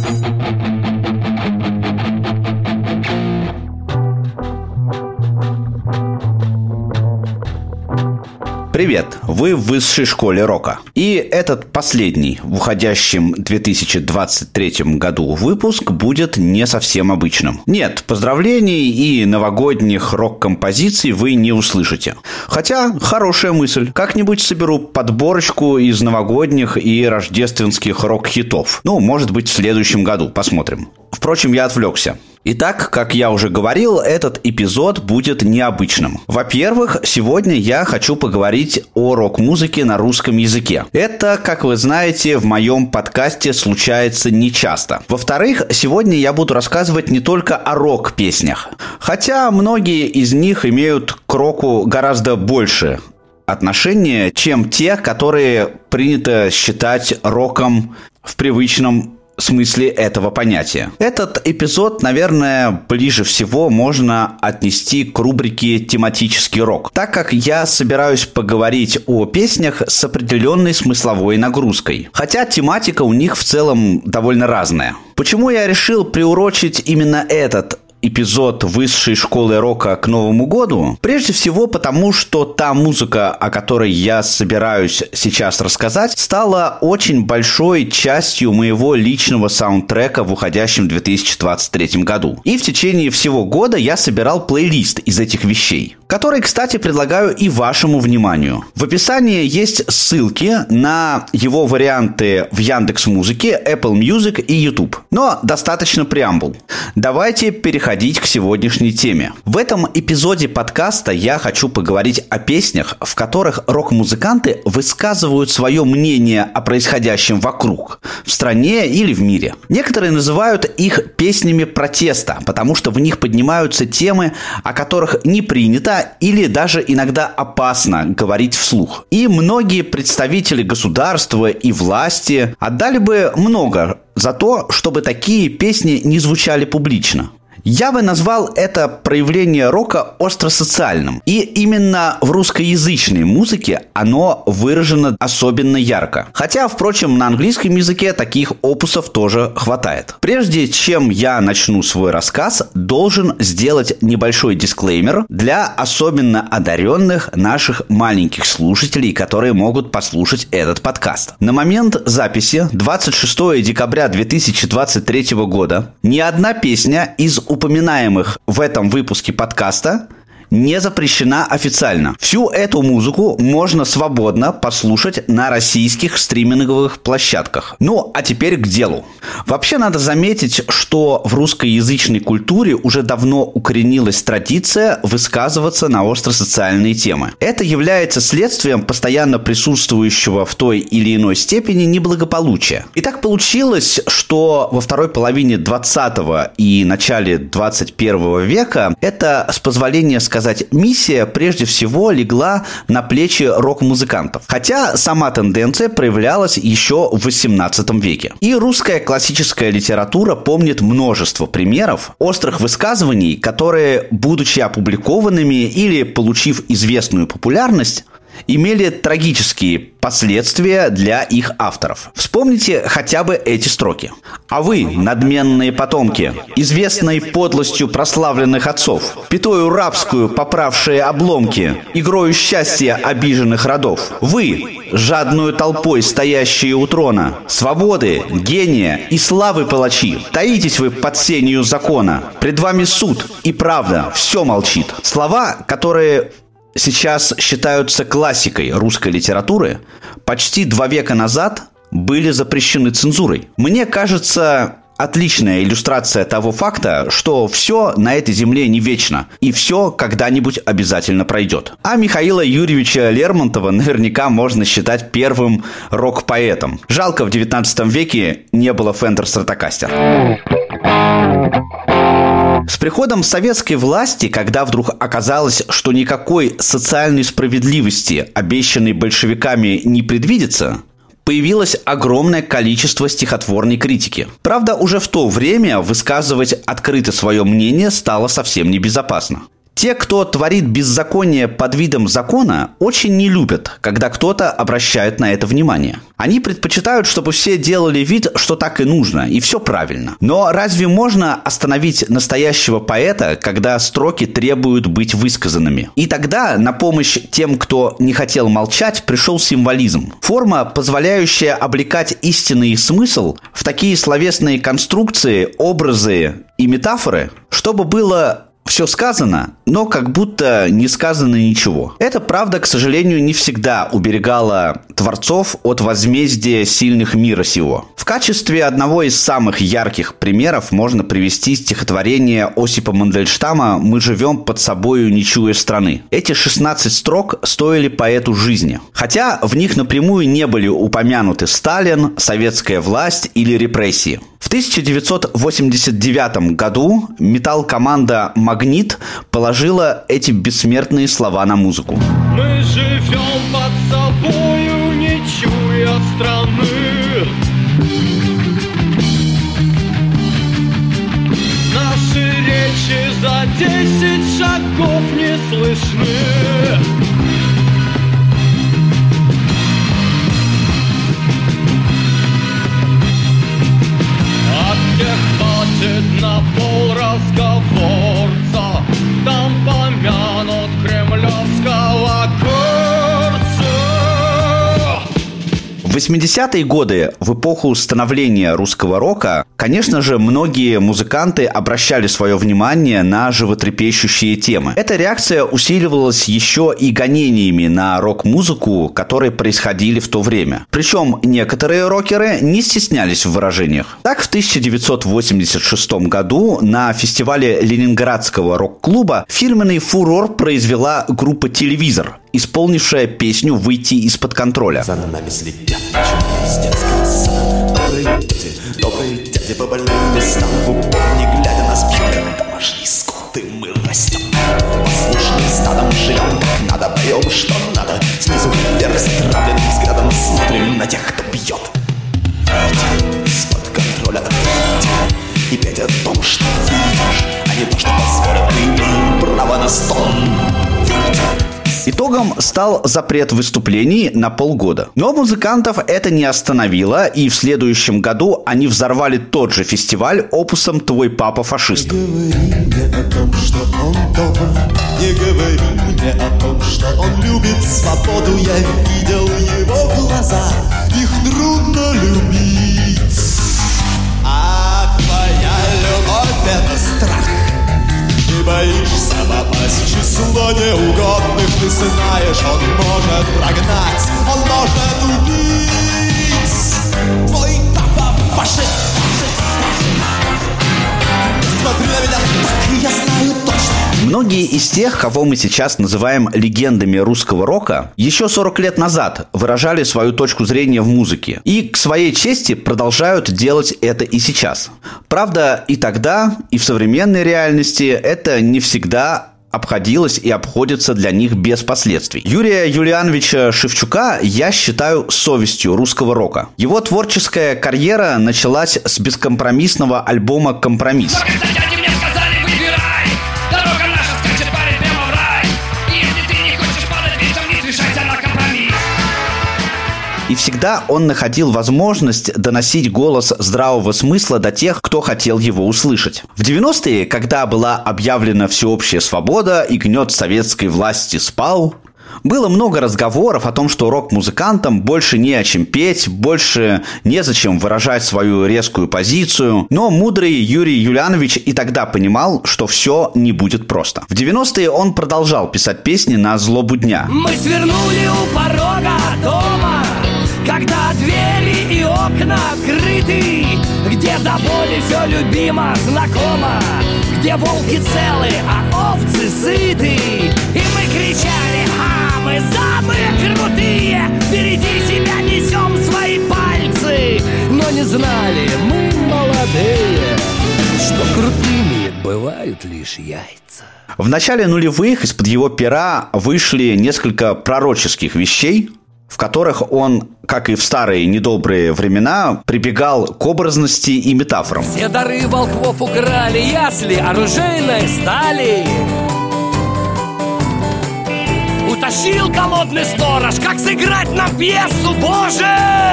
Привет! Вы в высшей школе рока. И этот последний в уходящем 2023 году выпуск будет не совсем обычным. Нет, поздравлений и новогодних рок-композиций вы не услышите. Хотя, хорошая мысль. Как-нибудь соберу подборочку из новогодних и рождественских рок-хитов. Может быть, в следующем году. Посмотрим. Впрочем, я отвлекся. Итак, как я уже говорил, этот эпизод будет необычным. Во-первых, сегодня я хочу поговорить о рок-музыке на русском языке. Это, как вы знаете, в моем подкасте случается нечасто. Во-вторых, сегодня я буду рассказывать не только о рок-песнях. Хотя многие из них имеют к року гораздо больше отношения, чем те, которые принято считать роком в привычном смысле этого понятия. Этот эпизод, наверное, ближе всего можно отнести к рубрике «Тематический рок», так как я собираюсь поговорить о песнях с определенной смысловой нагрузкой. Хотя тематика у них в целом довольно разная. Почему я решил приурочить именно этот эпизод высшей школы рока к Новому году? Прежде всего потому, что та музыка, о которой я собираюсь сейчас рассказать, стала очень большой частью моего личного саундтрека в уходящем 2023 году. И в течение всего года я собирал плейлист из этих вещей, который, кстати, предлагаю и вашему вниманию. В описании есть ссылки на его варианты в Яндекс.Музыке, Apple Music и YouTube. Но достаточно преамбул. Давайте переходить к сегодняшней теме. В этом эпизоде подкаста я хочу поговорить о песнях, в которых рок-музыканты высказывают свое мнение о происходящем вокруг, в стране или в мире. Некоторые называют их песнями протеста, потому что в них поднимаются темы, о которых не принято или даже иногда опасно говорить вслух. И многие представители государства и власти отдали бы много за то, чтобы такие песни не звучали публично. Я бы назвал это проявление рока остросоциальным. И именно в русскоязычной музыке оно выражено особенно ярко. Хотя, впрочем, на английском языке таких опусов тоже хватает. Прежде чем я начну свой рассказ, должен сделать небольшой дисклеймер для особенно одаренных наших маленьких слушателей, которые могут послушать этот подкаст. На момент записи 26 декабря 2023 года ни одна песня из упоминаемых в этом выпуске подкаста не запрещена официально. Всю эту музыку можно свободно послушать на российских стриминговых площадках. А теперь к делу. Вообще надо заметить, что в русскоязычной культуре уже давно укоренилась традиция высказываться на остросоциальные темы. Это является следствием постоянно присутствующего в той или иной степени неблагополучия. И так получилось, что во второй половине 20 и начале 21 века это, с позволения сказать, миссия прежде всего легла на плечи рок-музыкантов. Хотя сама тенденция проявлялась еще в 18 веке. И русская классическая литература помнит множество примеров острых высказываний, которые, будучи опубликованными или получив известную популярность, имели трагические последствия для их авторов. Вспомните хотя бы эти строки. «А вы, надменные потомки, известной подлостью прославленных отцов, пятою рабскую поправшие обломки, игрою счастья обиженных родов, вы, жадную толпой стоящие у трона, свободы, гения и славы палачи, таитесь вы под сенью закона, пред вами суд и правда, все молчит». Слова, которые сейчас считаются классикой русской литературы, почти 2 века назад были запрещены цензурой. Мне кажется, отличная иллюстрация того факта, что все на этой земле не вечно, и все когда-нибудь обязательно пройдет. А Михаила Юрьевича Лермонтова наверняка можно считать первым рок-поэтом. Жалко, в 19 веке не было Fender Stratocaster. С приходом советской власти, когда вдруг оказалось, что никакой социальной справедливости, обещанной большевиками, не предвидится, появилось огромное количество стихотворной критики. Правда, уже в то время высказывать открыто свое мнение стало совсем небезопасно. Те, кто творит беззаконие под видом закона, очень не любят, когда кто-то обращает на это внимание. Они предпочитают, чтобы все делали вид, что так и нужно, и все правильно. Но разве можно остановить настоящего поэта, когда строки требуют быть высказанными? И тогда на помощь тем, кто не хотел молчать, пришел символизм. Форма, позволяющая облекать истинный смысл в такие словесные конструкции, образы и метафоры, чтобы было все сказано, но как будто не сказано ничего. Эта правда, к сожалению, не всегда уберегала творцов от возмездия сильных мира сего. В качестве одного из самых ярких примеров можно привести стихотворение Осипа Мандельштама «Мы живем под собою, не чуя страны». Эти 16 строк стоили поэту жизни. Хотя в них напрямую не были упомянуты Сталин, советская власть или репрессии. В 1989 году металл-команда «Магнит» положила эти бессмертные слова на музыку. Мы живем под собою, не чуя страны. Наши речи за 10 шагов не слышны. Хватит на пол разговорца, там помянут кремлевского горца. В 80-е годы, в эпоху становления русского рока, конечно же, многие музыканты обращали свое внимание на животрепещущие темы. Эта реакция усиливалась еще и гонениями на рок-музыку, которые происходили в то время. Причем некоторые рокеры не стеснялись в выражениях. Так, в 1986 году на фестивале Ленинградского рок-клуба фирменный фурор произвела группа «Телевизор», исполнившая песню «Выйти из-под контроля». За нами следят из детского сада. Добрые дяди по больным местам, в упор не глядя нас бьют, как домашние скоты мы растем. Послушным стадом живем, как надо, поем, что надо. Снизу вверх затравленным взглядом смотрим на тех, кто бьет. Выйти из-под контроля, выйти и петь о том, что видишь, а не то, что позволят, мы имеем право на стон. Выйти. Итогом стал запрет выступлений на полгода. Но музыкантов это не остановило, и в следующем году они взорвали тот же фестиваль опусом «Твой папа фашист». Не говори мне о том, что он добр, не говори мне о том, что он любит свободу. Я видел его глаза, их трудно любить. А твоя любовь — это страх. Ты боишься попасть в число неугодных. Ты знаешь, он может прогнать, он может убить. Твой папа фашист. Смотри на меня так, я знаю точно. Многие из тех, кого мы сейчас называем легендами русского рока, еще 40 лет назад выражали свою точку зрения в музыке. И к своей чести продолжают делать это и сейчас. Правда, и тогда, и в современной реальности это не всегда обходилось и обходится для них без последствий. Юрия Юлиановича Шевчука я считаю совестью русского рока. Его творческая карьера началась с бескомпромиссного альбома «Компромисс». И всегда он находил возможность доносить голос здравого смысла до тех, кто хотел его услышать. В 90-е, когда была объявлена всеобщая свобода и гнет советской власти спал, было много разговоров о том, что рок-музыкантам больше не о чем петь, больше незачем выражать свою резкую позицию. Но мудрый Юрий Юлианович и тогда понимал, что все не будет просто. В 90-е он продолжал писать песни на злобу дня. Мы свернули у порога дома, когда двери и окна открыты, где до боли все любимо, знакомо, где волки целы, а овцы сыты. И мы кричали: а мы самые крутые, впереди себя несем свои пальцы. Но не знали мы, молодые, что крутыми бывают лишь яйца. В начале нулевых из-под его пера вышли несколько пророческих вещей, в которых он, как и в старые недобрые времена, прибегал к образности и метафорам. Все дары волков украли, ясли оружейной стали. потащил голодный сторож. Как сыграть нам пьесу, Боже!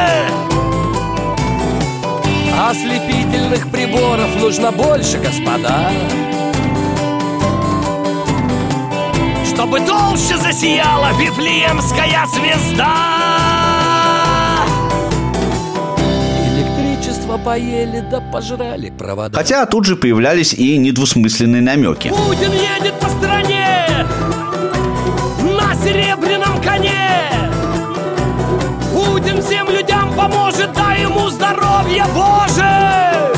Ослепительных приборов нужно больше, господа, чтобы толще засияла Вифлеемская звезда. Электричество поели да пожрали провода. Хотя тут же появлялись и недвусмысленные намеки. Путин едет по стране на серебряном коне. Путин всем людям поможет, дай ему здоровья, Боже!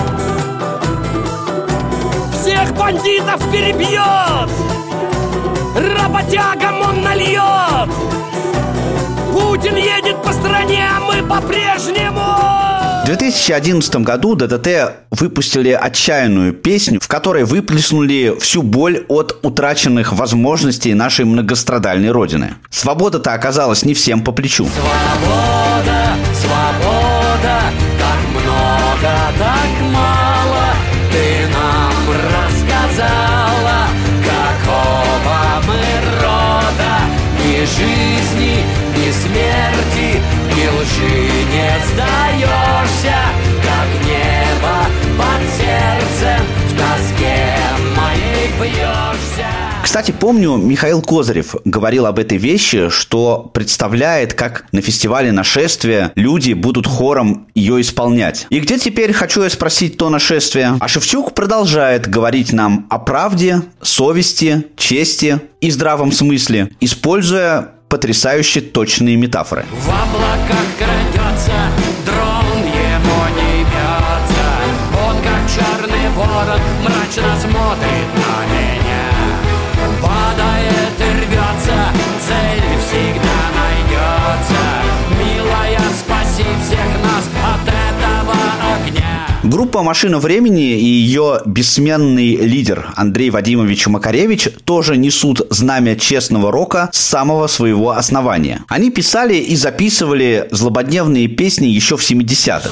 Всех бандитов перебьет, работягам он нальет. Путин едет по стране, а мы по-прежнему. В 2011 году ДДТ выпустили отчаянную песню, в которой выплеснули всю боль от утраченных возможностей нашей многострадальной родины. Свобода-то оказалась не всем по плечу. Свобода, свобода, так много, так мало. Ты нам рассказала, какого мы рода. Ни жизни, ни смерти, ни лжи не сдаешься, как небо под сердцем в тоске моей бьешься. Кстати, помню, Михаил Козырев говорил об этой вещи, что представляет, как на фестивале «Нашествие» люди будут хором ее исполнять. И где теперь, хочу я спросить, то нашествие? А Шевчук продолжает говорить нам о правде, совести, чести и здравом смысле, используя потрясающе точные метафоры. В облаках крадется, дрон ему не бьется. Он, как черный ворон, мрачно смотрит на меня. Падает и рвется, цель всегда найдется. Милая, спаси всех нас от этого огня. Группа «Машина времени» и ее бессменный лидер Андрей Вадимович Макаревич тоже несут знамя честного рока с самого своего основания. Они писали и записывали злободневные песни еще в 70-х.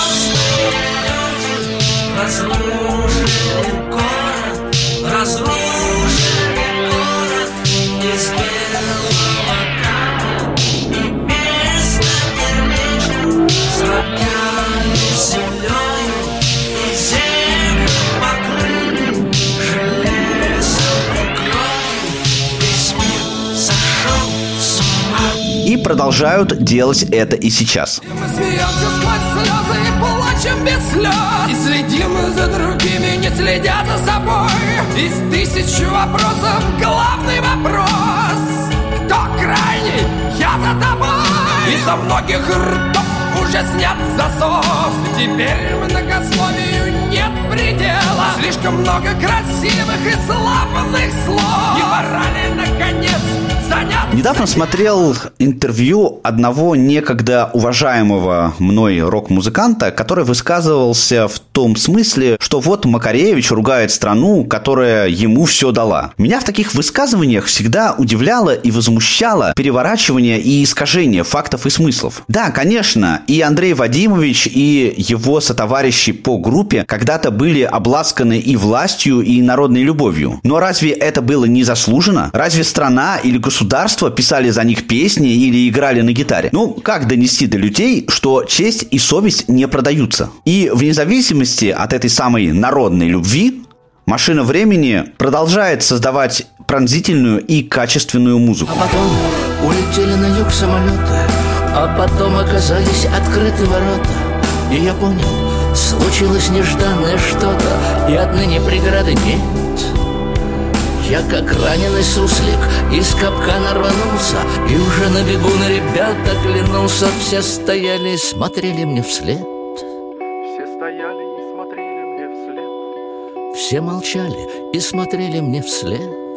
И продолжают делать это и сейчас. Мы смеемся сквозь слезы и плачем без слез. И следим за другими, не следя за собой. Из тысячи вопросов главный вопрос: кто крайний? Я за тобой. Из-за многих ртов уже снят засов. Теперь многословию нет предела. Слишком много красивых и славных слов. Не пора ли, наконец, заняться? Недавно смотрел интервью одного некогда уважаемого мной рок-музыканта, который высказывался в том смысле, что вот Макаревич ругает страну, которая ему все дала. Меня в таких высказываниях всегда удивляло и возмущало переворачивание и искажение фактов и смыслов. Да, конечно, и Андрей Вадимович, и его сотоварищи по группе когда-то были обласканы и властью, и народной любовью. Но разве это было не заслуженно? Разве страна или государство писали за них песни или играли на гитаре? Ну, как донести до людей, что честь и совесть не продаются? И вне зависимости от этой самой народной любви, «Машина времени» продолжает создавать пронзительную и качественную музыку. А потом улетели на юг самолеты, а потом оказались открыты ворота. И я понял, случилось нежданное что-то, и отныне преграды нет. Я как раненый суслик из капкана рванулся, и уже на бегу на ребят оглянулся. Все стояли и смотрели мне вслед. Все стояли и смотрели мне вслед. Все молчали и смотрели мне вслед.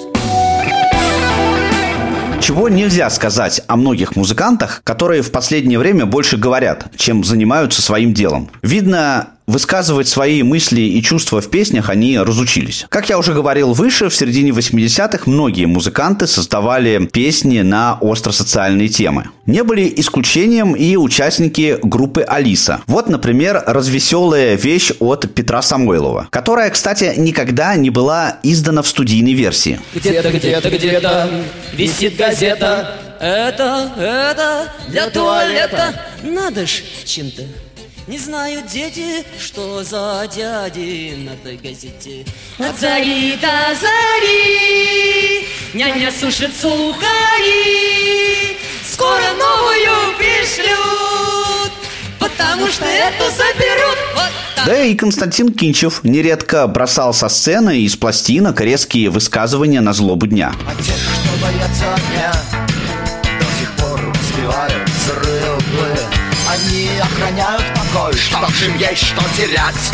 Чего нельзя сказать о многих музыкантах, которые в последнее время больше говорят, чем занимаются своим делом. Видно, высказывать свои мысли и чувства в песнях они разучились. Как я уже говорил выше, в середине 80-х многие музыканты создавали песни на остросоциальные темы. Не были исключением и участники группы «Алиса». Вот, например, развеселая вещь от Петра Самойлова, которая, кстати, никогда не была издана в студийной версии. Где-то висит газета. Это для туалета. Надо ж чем-то. Не знают дети, что за дяди на той газете. От зари до зари няня сушит сухари. Скоро новую пришлют, потому что эту заберут. Вот так. Да и Константин Кинчев нередко бросал со сцены из пластинок резкие высказывания на злобу дня. А те, что боятся огня, до сих пор успевают взрывы. Они охраняют покой, чтоб им есть что терять.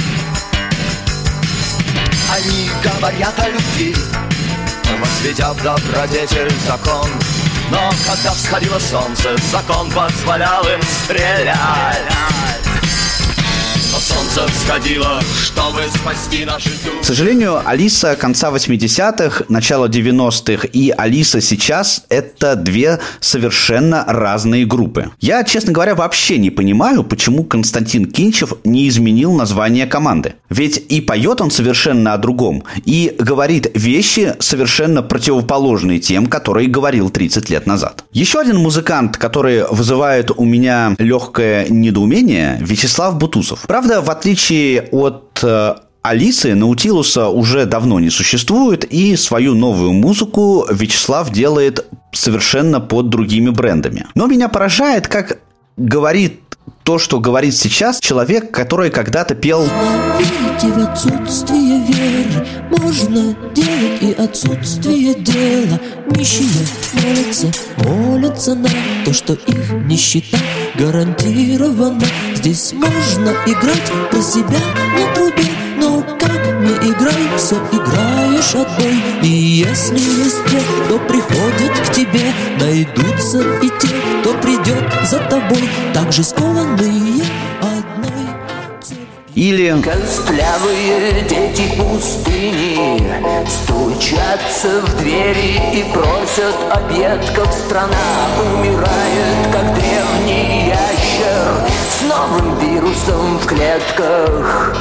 Они говорят о любви, возведя в добродетель закон. Но когда всходило солнце, закон позволял им стрелять. Но солнце всходило, чтобы спасти наши души. К сожалению, Алиса конца 80-х, начала 90-х и Алиса сейчас – это две совершенно разные группы. Я, честно говоря, вообще не понимаю, почему Константин Кинчев не изменил название команды. Ведь и поет он совершенно о другом, и говорит вещи совершенно противоположные тем, которые говорил 30 лет назад. Еще один музыкант, который вызывает у меня легкое недоумение – Вячеслав Бутусов. Правда, в отличие от Алисы, Наутилуса уже давно не существует, и свою новую музыку Вячеслав делает совершенно под другими брендами. Но меня поражает, как говорит то, что говорит сейчас человек, который когда-то пел... Верить в отсутствие веры можно делать и отсутствие дела. Нищие молятся на то, что их нищета гарантирована. Здесь можно играть про себя на трубе, но как не играй, все играешь отбой. И если есть те, кто приходит к тебе, найдутся и те, кто придет за тобой, так же скованные одной цепью. Или... Костлявые дети пустыни стучатся в двери и просят обед, как страна умирает, как древний ящер с новым вирусом в клетках.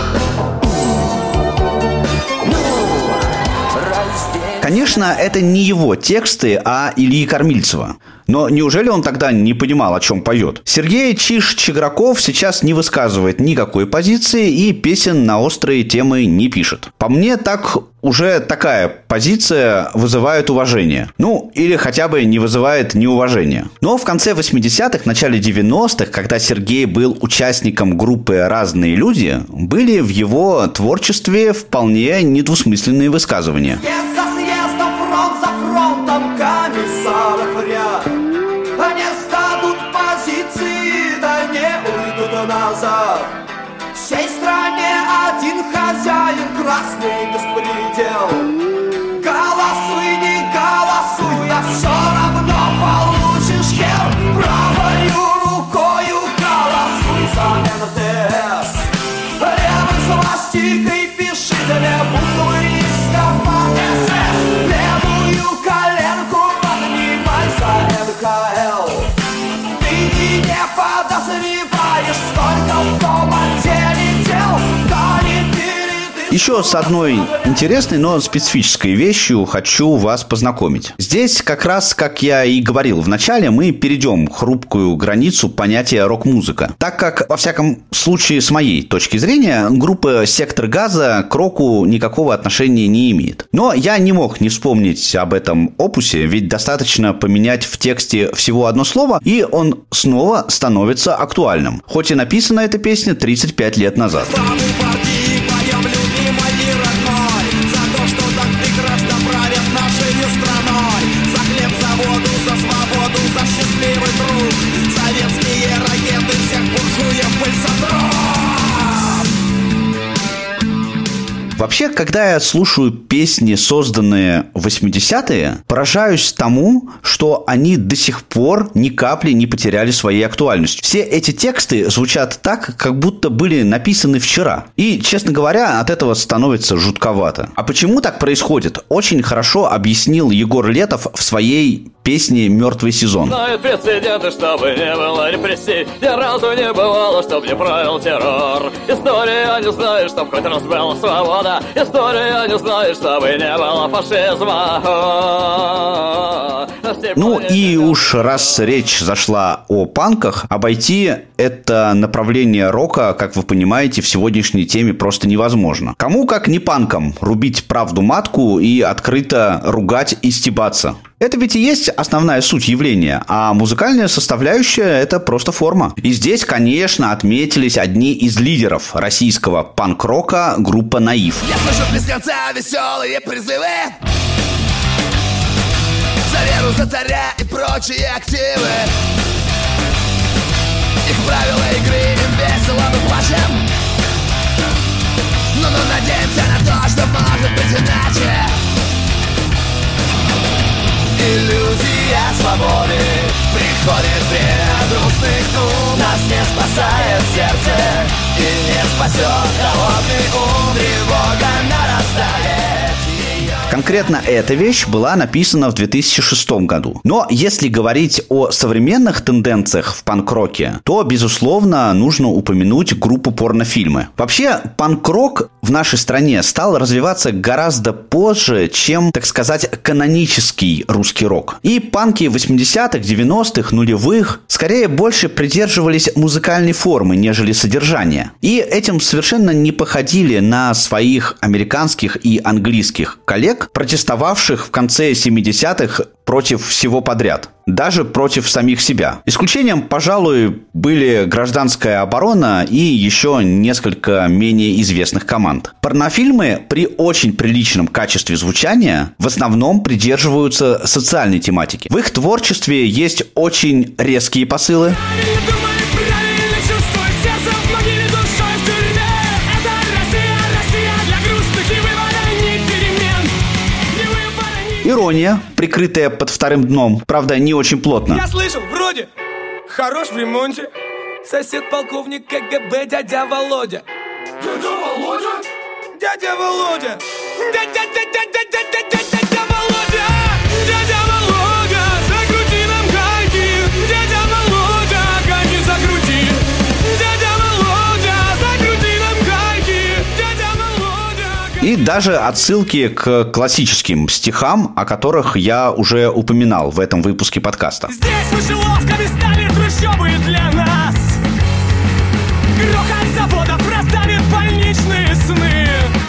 Конечно, это не его тексты, а Ильи Кормильцева. Но неужели он тогда не понимал, о чем поет? Сергей Чиж-Чиграков сейчас не высказывает никакой позиции и песен на острые темы не пишет. По мне, так уже такая позиция вызывает уважение. Ну, или хотя бы не вызывает неуважения. Но в конце 80-х, начале 90-х, когда Сергей был участником группы «Разные люди», были в его творчестве вполне недвусмысленные высказывания. Съезд за съездом, фронт за фронтом, комиссаров ряд. Они сдадут позиции, да не уйдут назад. Всей стране один хозяин, красный беспредел. Голосуй, не голосуй, а все равно получишь хер. Правою рукою голосуй за МТС. Левой свастикой пиши две буквы из КПСС. Левую коленку поднимай за НКЛ. Ты и не подозреваешь, сколько в том отделе дел. Еще с одной интересной, но специфической вещью хочу вас познакомить. Здесь как раз, как я и говорил в начале, мы перейдем хрупкую границу понятия рок-музыка. Так как, во всяком случае, с моей точки зрения, группа «Сектор газа» к року никакого отношения не имеет. Но я не мог не вспомнить об этом опусе, ведь достаточно поменять в тексте всего одно слово, и он снова становится актуальным. Хоть и написана эта песня 35 лет назад. Вообще, когда я слушаю песни, созданные в 80-е, поражаюсь тому, что они до сих пор ни капли не потеряли своей актуальности. Все эти тексты звучат так, как будто были написаны вчера. И, честно говоря, от этого становится жутковато. А почему так происходит, очень хорошо объяснил Егор Летов в своей песне «Мертвый сезон». Знают прецеденты, чтобы не было репрессий. Ни разу не бывало, чтоб не правил террор. История не знает, чтоб хоть раз была свобода. История не знает, чтобы не было фашизма. Ну и уж раз речь зашла о панках, обойти это направление рока, как вы понимаете, в сегодняшней теме просто невозможно. Кому, как не панкам, рубить правду матку и открыто ругать и стебаться? Это ведь и есть основная суть явления, а музыкальная составляющая – это просто форма. И здесь, конечно, отметились одни из лидеров российского панк-рока группа «Наив». Я слышу без конца веселые призывы за веру, за царя и прочие активы. Их правила игры, им весело, мы плачем. Но надеемся на то, что может быть иначе. Иллюзия свободы приходит время грустных дум. Нас не спасает сердце и не спасет холодный ум. Тревога нарастает. Конкретно эта вещь была написана в 2006 году. Но если говорить о современных тенденциях в панк-роке, то, безусловно, нужно упомянуть группу «Порнофильмы». Вообще, панк-рок в нашей стране стал развиваться гораздо позже, чем, так сказать, канонический русский рок. И панки 80-х, 90-х, нулевых скорее больше придерживались музыкальной формы, нежели содержания. И этим совершенно не походили на своих американских и английских коллег, протестовавших в конце 70-х против всего подряд, даже против самих себя. Исключением, пожалуй, были «Гражданская оборона» и еще несколько менее известных команд. Порнофильмы при очень приличном качестве звучания в основном придерживаются социальной тематики. В их творчестве есть очень резкие посылы. Ирония, прикрытая под вторым дном, правда, не очень плотно. Я слышал, вроде, хорош в ремонте. Сосед полковник КГБ, дядя Володя. Дядя Володя? Дядя Володя. Дядя Володя. Дядя Володя, закрути нам гайки. Дядя Володя, гайки закрути. Дядя Володя, закрути нам гайки. Дядя Володя. И даже отсылки к классическим стихам, о которых я уже упоминал в этом выпуске подкаста. Здесь мышеловками стали трущобы для нас. Грохот заводов раздавит больничные сны.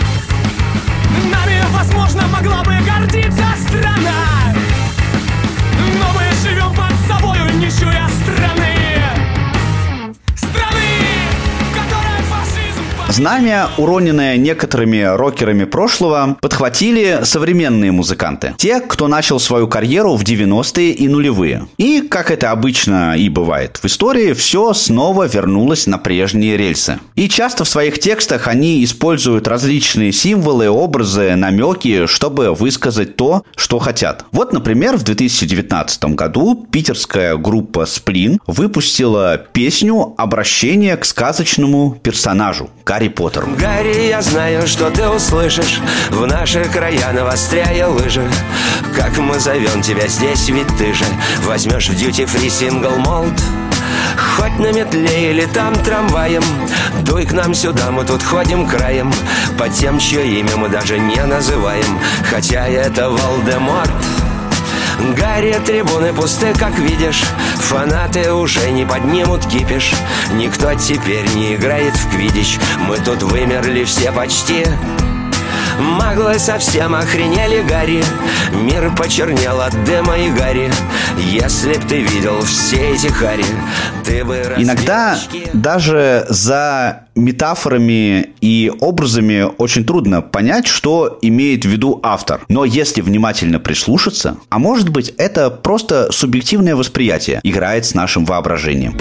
Нами, возможно, могла бы гордиться страна. Но мы живем под собою, не чуя страны. Страны, в которой фашизм... Знамя, уроненное некоторыми рокерами прошлого, подхватили современные музыканты. Те, кто начал свою карьеру в 90-е и нулевые. И, как это обычно и бывает в истории, все снова вернулось на прежние рельсы. И часто в своих текстах они используют различные символы, образы, намеки, чтобы высказать то, что хотят. Вот, например, в 2019 году питерская группа «Сплин» выпустила песню «Обращение к сказочному персонажу» Гарри Поттеру. Гарри, я знаю, что ты услышишь. В наши края навостряя лыжи. Как мы зовем тебя здесь, ведь ты же возьмешь в дьюти-фри сингл-молд. Хоть на метле или там трамваем, дуй к нам сюда, мы тут ходим краем. По тем, чье имя мы даже не называем, хотя это Волдеморт. Гарри, трибуны пусты, как видишь. Фанаты уже не поднимут кипиш. Никто теперь не играет в квиддич. Мы тут вымерли все почти. Маглы совсем охренели, Гарри. Мир почернел от дыма и гари. Если б ты видел все эти хари, ты бы... Иногда даже за метафорами и образами очень трудно понять, что имеет в виду автор. Но если внимательно прислушаться, а может быть, это просто субъективное восприятие, играет с нашим воображением.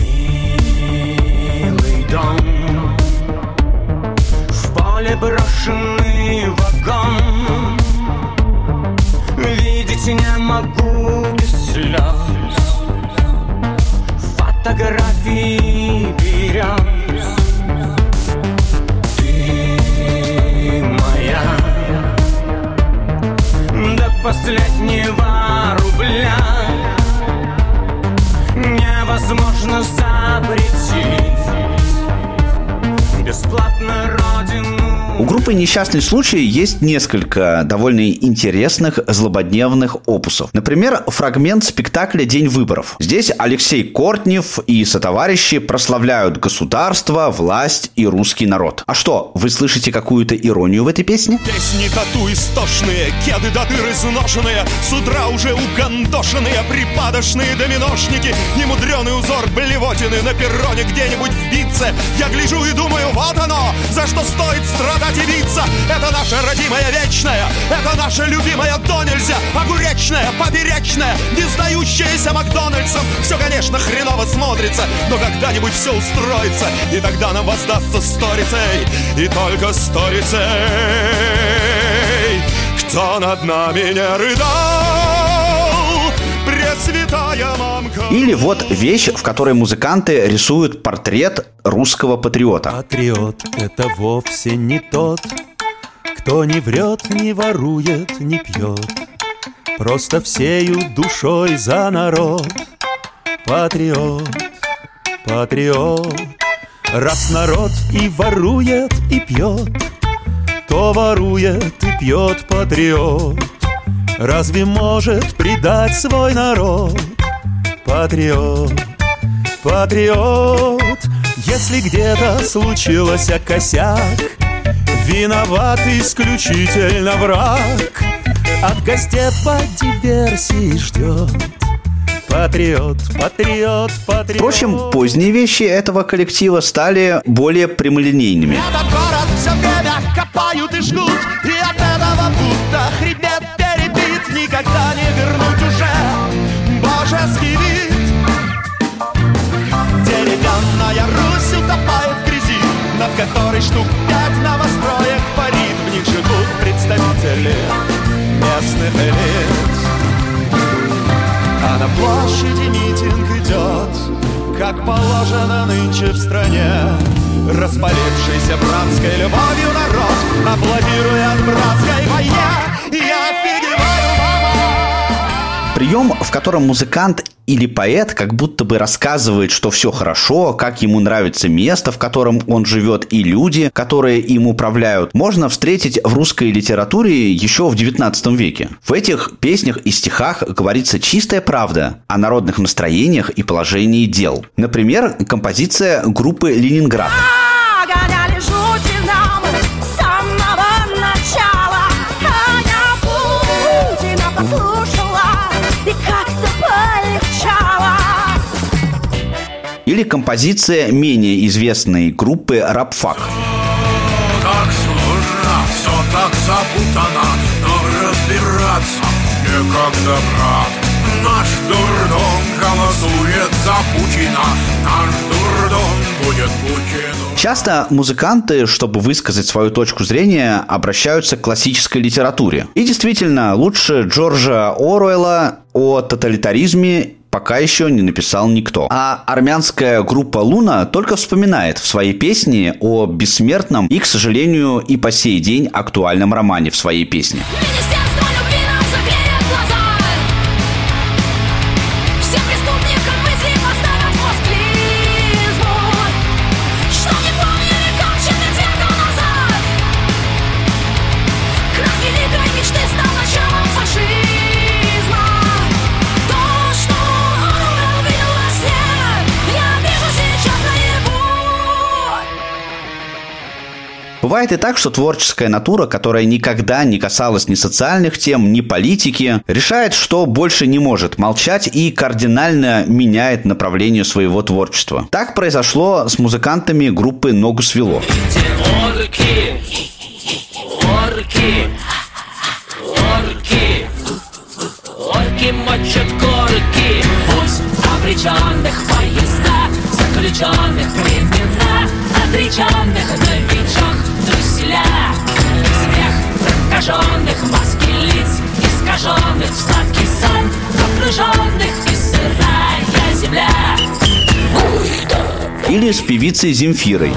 В поле брошенный Жить не могу без слез, фотографии берез. Ты моя до последнего рубля, невозможно запретить бесплатно родину. У группы «Несчастный случай» есть несколько довольно интересных злободневных опусов. Например, фрагмент спектакля «День выборов». Здесь Алексей Кортнев и сотоварищи прославляют государство, власть и русский народ. А что, вы слышите какую-то иронию в этой песне? Песни тату истошные, кеды до дыр изношенные, с утра уже угандошенные, припадочные доминошники, немудрёный узор блевотины на перроне где-нибудь в Битце. Я гляжу и думаю, вот оно, за что стоит страдать и биться. Это наша родимая вечная, это наша любимая до нельзя, огуречная, поперечная, не сдающаяся Макдональдсом. Все, конечно, хреново смотрится, но когда-нибудь все устроится, и тогда нам воздастся сторицей, и только сторицей. Кто над нами не рыдал, пресвятая мамка. Или вот вещь, в которой музыканты рисуют портрет русского патриота. Патриот — это вовсе не тот, кто не врет, не ворует, не пьет, просто всею душой за народ. Патриот, патриот. Раз народ и ворует, и пьет, то ворует и пьет патриот. Разве может предать свой народ? Патриот, патриот. Если где-то случился косяк, виноват исключительно враг. От гостей по диверсии ждет. Патриот, патриот, патриот. Впрочем, поздние вещи этого коллектива стали более прямолинейными. Этот город все время копают и жгут, и от этого будто хребет перебит. Никогда не вернуть уже божеский вид. Деревянная Русь утопает в грязи, над которой штук 5 новостроек парит. В них живут представители местных элит. А на площади митинг идет, как положено нынче в стране. Распалившийся братской любовью народ аплодирует братской войне. Я офигеваю, мама! Прием, в котором музыкант или поэт как будто бы рассказывает, что все хорошо, как ему нравится место, в котором он живет, и люди, которые им управляют, можно встретить в русской литературе еще в XIX веке. В этих песнях и стихах говорится чистая правда о народных настроениях и положении дел. Например, композиция группы «Ленинград». Гоняли жути нам с самого начала, а я Путина послушала и как-то полегчало. Или композиция менее известной группы «Рабфак». Так сложно, все так запутано, но разбираться некогда, брат. Наш дурдом голосует за Путина, наш дурдом будет Путину. Часто музыканты, чтобы высказать свою точку зрения, обращаются к классической литературе. И действительно, лучше Джорджа Оруэлла о тоталитаризме пока еще не написал никто. А армянская группа «Луна» только вспоминает в своей песне о бессмертном и, к сожалению, и по сей день актуальном романе в своей песне. Бывает и так, что творческая натура, которая никогда не касалась ни социальных тем, ни политики, решает, что больше не может молчать и кардинально меняет направление своего творчества. Так произошло с музыкантами группы «Ногу свело». Орки мочат корки, пусть обреченных поезда, заключенных времена, отреченных новичок труселя, смех прокаженных, маски лиц, Погруженных в сладкий сон, окруженных и сырая земля. Или с певицей Земфирой.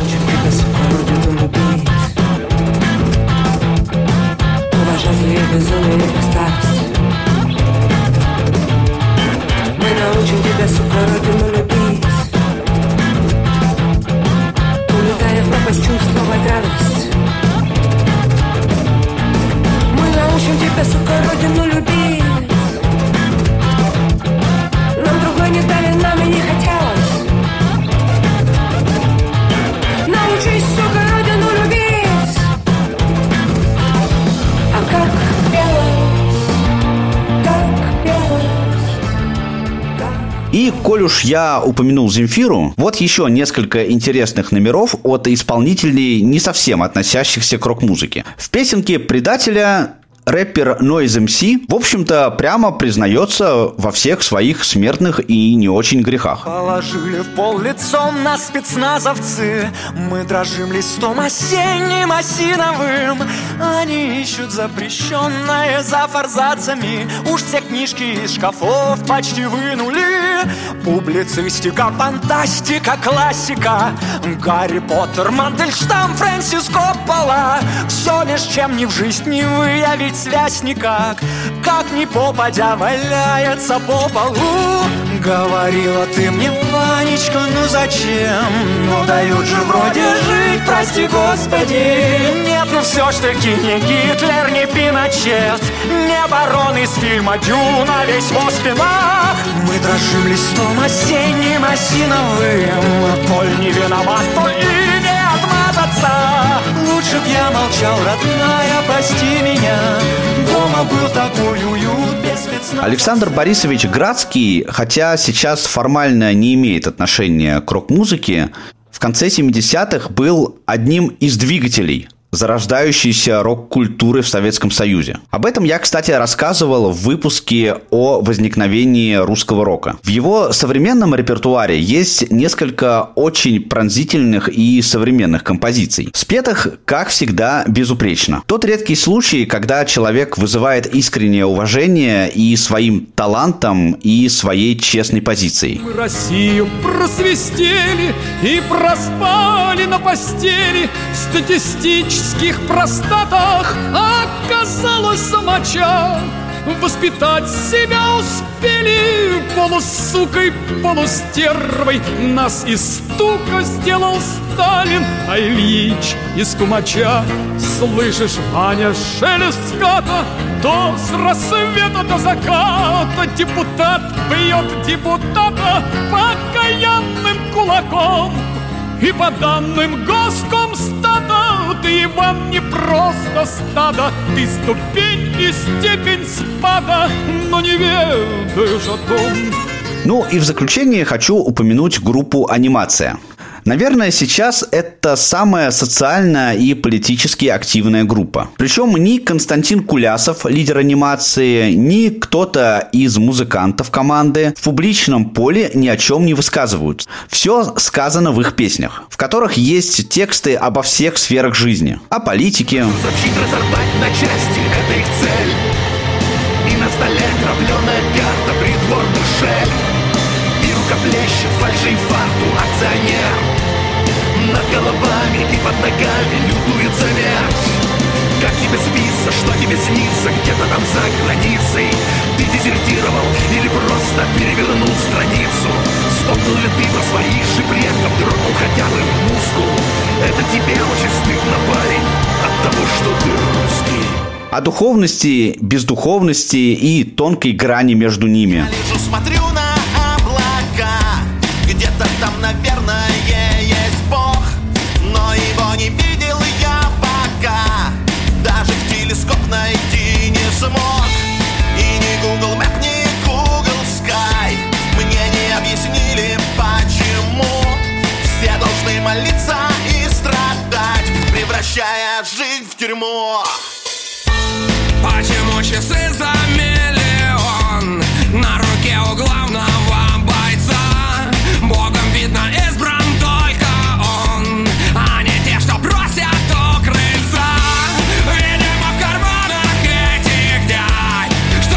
Мы научим тебя, сука, родину любить, улетая в пропасть, чувствовать радость. Мы научим тебя, сука, родину любить. Нам другой не дали, нам и не хотелось. Научись, сука, родину любить. А как пелось, как пелось. И, коль уж я упомянул Земфиру, вот еще несколько интересных номеров от исполнителей, не совсем относящихся к рок-музыке. В песенке «Предателя» рэпер Noise MC, в общем-то, прямо признается во всех своих смертных и не очень грехах. Положили в пол лицом на спецназовцы. Мы дрожим листом осенним осиновым. Они ищут запрещенное за форзацами. Уж все книжки из шкафов почти вынули. Публицистика, фантастика, классика. Гарри Поттер, Мандельштам, Фрэнсис Коппола. Все лишь чем ни в жизнь не выявить связь никак, как ни попадя валяется по полу. Говорила ты мне, Ванечка, ну зачем? Ну дают же вроде жить, прости господи. Нет, ну все ж таки не Гитлер, не Пиночет, не барон из фильма «Дюна» весь в спинах. Мы дрожим листом осенним осиновым. Коль не виноват, то и не отмазаться. Лучше б я молчал, родная, прости меня. Дома был такой уют без спецназа. Александр Борисович Градский, хотя сейчас формально не имеет отношения к рок-музыке, в конце 70-х был одним из двигателей зарождающейся рок-культуры в Советском Союзе. Об этом я, кстати, рассказывал в выпуске о возникновении русского рока. В его современном репертуаре есть несколько очень пронзительных и современных композиций, спетых, как всегда, безупречно. Тот редкий случай, когда человек вызывает искреннее уважение и своим талантом, и своей честной позицией. Мы Россию просвистели и проспали на постели в статистических простатах. Оказалось, моча воспитать себя успели. Полусукой, полустервой нас из стука сделал Сталин, а Ильич из кумача. Слышишь, Ваня, шелест ската, то с рассвета до заката депутат бьет депутата покаянным кулаком. И по данным Госкомстата ты, Иван, не просто стадо, ты ступень и степень спада, но не ведаешь о том. Ну и в заключение хочу упомянуть группу «Анимация». Наверное, сейчас это самая социально и политически активная группа. Причем ни Константин Кулясов, лидер анимации, ни кто-то из музыкантов команды в публичном поле ни о чем не высказываются. Все сказано в их песнях, в которых есть тексты обо всех сферах жизни. О политике. Разорвать на части — это их цель. И на столе дробленая карта придворных шель. И рукоплещет фальшиварту акционер. Над головами и под ногами лютует смерть. Как тебе спится, что тебе снится где-то там за границей? Ты дезертировал или просто перевернул страницу? Вспомнил ли ты про своих же предков, дрогнул хотя бы мускул? Это тебе очень стыдно, парень, от того, что ты русский. О духовности, бездуховности и тонкой грани между ними. Я лежу, смотрю на облака. Где-то там, наверное, есть Бог, но его не видел я пока. Даже в телескоп найти не смог. И ни Google Map, ни Google Sky мне не объяснили, почему все должны молиться и страдать, превращая жизнь в тюрьму. Почему часы за миллион на руке у главного бойца? Богом, видно, избран только он, а не те, что просят у крыльца. Видимо, в карманах этих дядь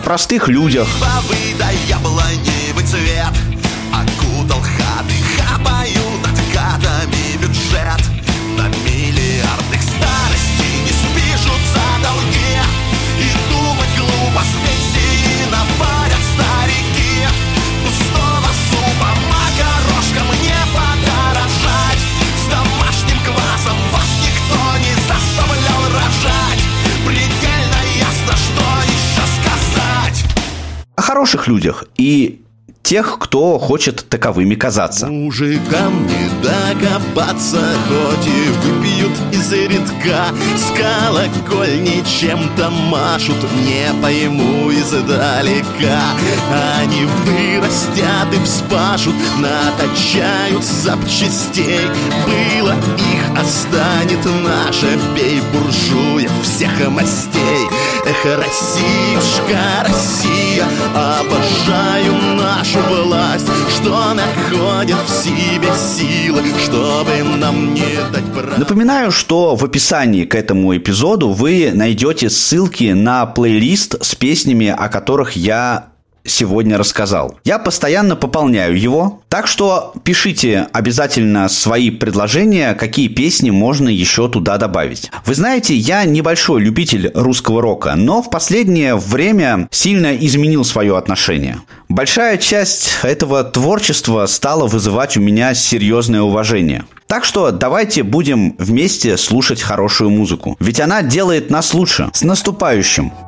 простых людях. Да яблоневый цвет окутал хаты, хапают откатами бюджет. На миллиарды к старости не спишутся долги, и думать глупо, с пенсии наварят старики. Пустого супа макарошкам не подорожать, с домашним квасом вас никто не заставлял рожать. Предельно ясно, что еще сказать. О хороших людях и тех, кто хочет таковыми казаться. Мужикам не докопаться, хоть и выпьют изредка. С колокольни чем-то машут, не пойму издалека. Они вырастят и вспашут, наточают запчастей. Было их останет наше, бей буржуев всех мастей. Эх, Россиюшка, Россия, обожаю нашу власть, что находит в себе силы, чтобы нам не дать прав. Напоминаю, что в описании к этому эпизоду вы найдете ссылки на плейлист с песнями, о которых я сегодня рассказал. Я постоянно пополняю его, так что пишите обязательно свои предложения, какие песни можно еще туда добавить. Вы знаете, я небольшой любитель русского рока, но в последнее время сильно изменил свое отношение. Большая часть этого творчества стала вызывать у меня серьезное уважение. Так что давайте будем вместе слушать хорошую музыку, ведь она делает нас лучше. С наступающим!